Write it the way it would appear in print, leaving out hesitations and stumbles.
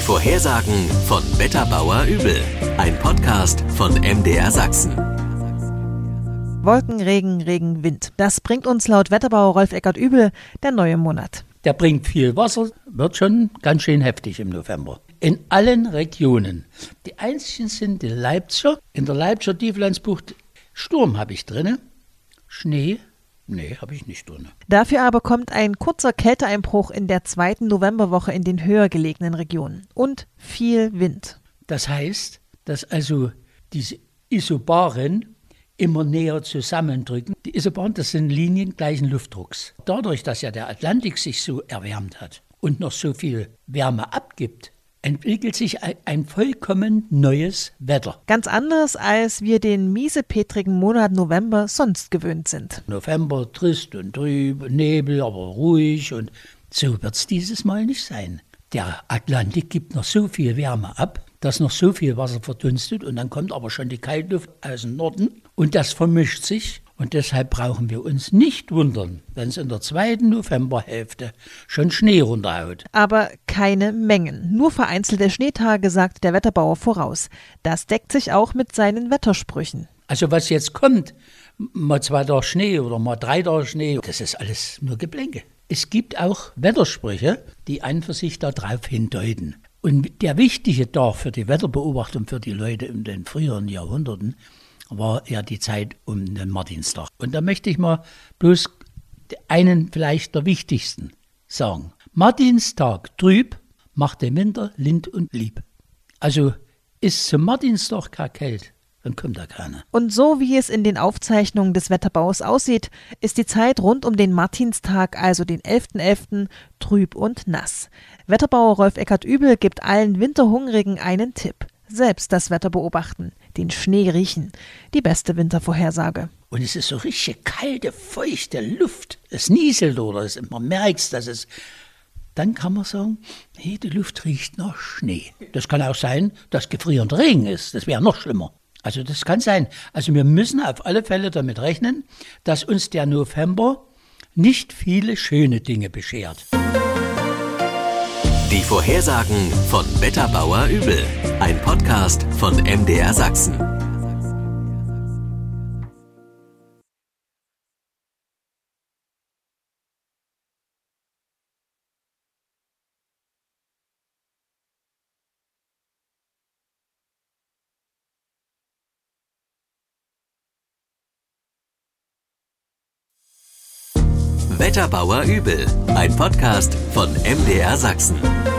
Vorhersagen von Wetterbauer Übel. Ein Podcast von MDR Sachsen. Wolken, Regen, Regen, Wind. Das bringt uns laut Wetterbauer Rolf Eckert-Übel der neue Monat. Der bringt viel Wasser, wird schon ganz schön heftig im November. In allen Regionen. Die einzigen sind die Leipziger. In der Leipziger Tieflandsbucht Sturm habe ich drin. Schnee, nee, habe ich nicht drin. Dafür aber kommt ein kurzer Kälteeinbruch in der 2. Novemberwoche in den höher gelegenen Regionen. Und viel Wind. Das heißt, dass also diese Isobaren immer näher zusammendrücken. Die Isobaren, das sind Linien gleichen Luftdrucks. Dadurch, dass ja der Atlantik sich so erwärmt hat und noch so viel Wärme abgibt, entwickelt sich ein vollkommen neues Wetter. Ganz anders, als wir den miesepetrigen Monat November sonst gewöhnt sind. November trist und trüb, Nebel, aber ruhig, und so wird es dieses Mal nicht sein. Der Atlantik gibt noch so viel Wärme ab, dass noch so viel Wasser verdunstet, und dann kommt aber schon die Kaltluft aus dem Norden und das vermischt sich. Und deshalb brauchen wir uns nicht wundern, wenn es in der 2. Novemberhälfte schon Schnee runterhaut. Aber keine Mengen, nur vereinzelte Schneetage, sagt der Wetterbauer voraus. Das deckt sich auch mit seinen Wettersprüchen. Also was jetzt kommt, mal 2 Tage Schnee oder mal 3 Tage Schnee, das ist alles nur Geplänke. Es gibt auch Wettersprüche, die an für sich darauf hindeuten. Und der wichtige Tag für die Wetterbeobachtung für die Leute in den früheren Jahrhunderten war ja die Zeit um den Martinstag. Und da möchte ich mal bloß einen vielleicht der wichtigsten sagen. Martinstag trüb, macht den Winter lind und lieb. Also ist zum Martinstag keine Kälte, dann kommt da keiner. Und so wie es in den Aufzeichnungen des Wetterbaus aussieht, ist die Zeit rund um den Martinstag, also den 11.11., trüb und nass. Wetterbauer Rolf Eckert-Übel gibt allen Winterhungrigen einen Tipp. Selbst das Wetter beobachten, den Schnee riechen. Die beste Wintervorhersage. Und es ist so richtig kalte, feuchte Luft. Es nieselt oder man merkt, dass es... Dann kann man sagen, hey, die Luft riecht nach Schnee. Das kann auch sein, dass gefrierender Regen ist. Das wäre noch schlimmer. Also das kann sein. Also wir müssen auf alle Fälle damit rechnen, dass uns der November nicht viele schöne Dinge beschert. Die Vorhersagen von Wetterbauer Übel. Ein Podcast von MDR Sachsen. Wetterbauer Übel. Ein Podcast von MDR Sachsen.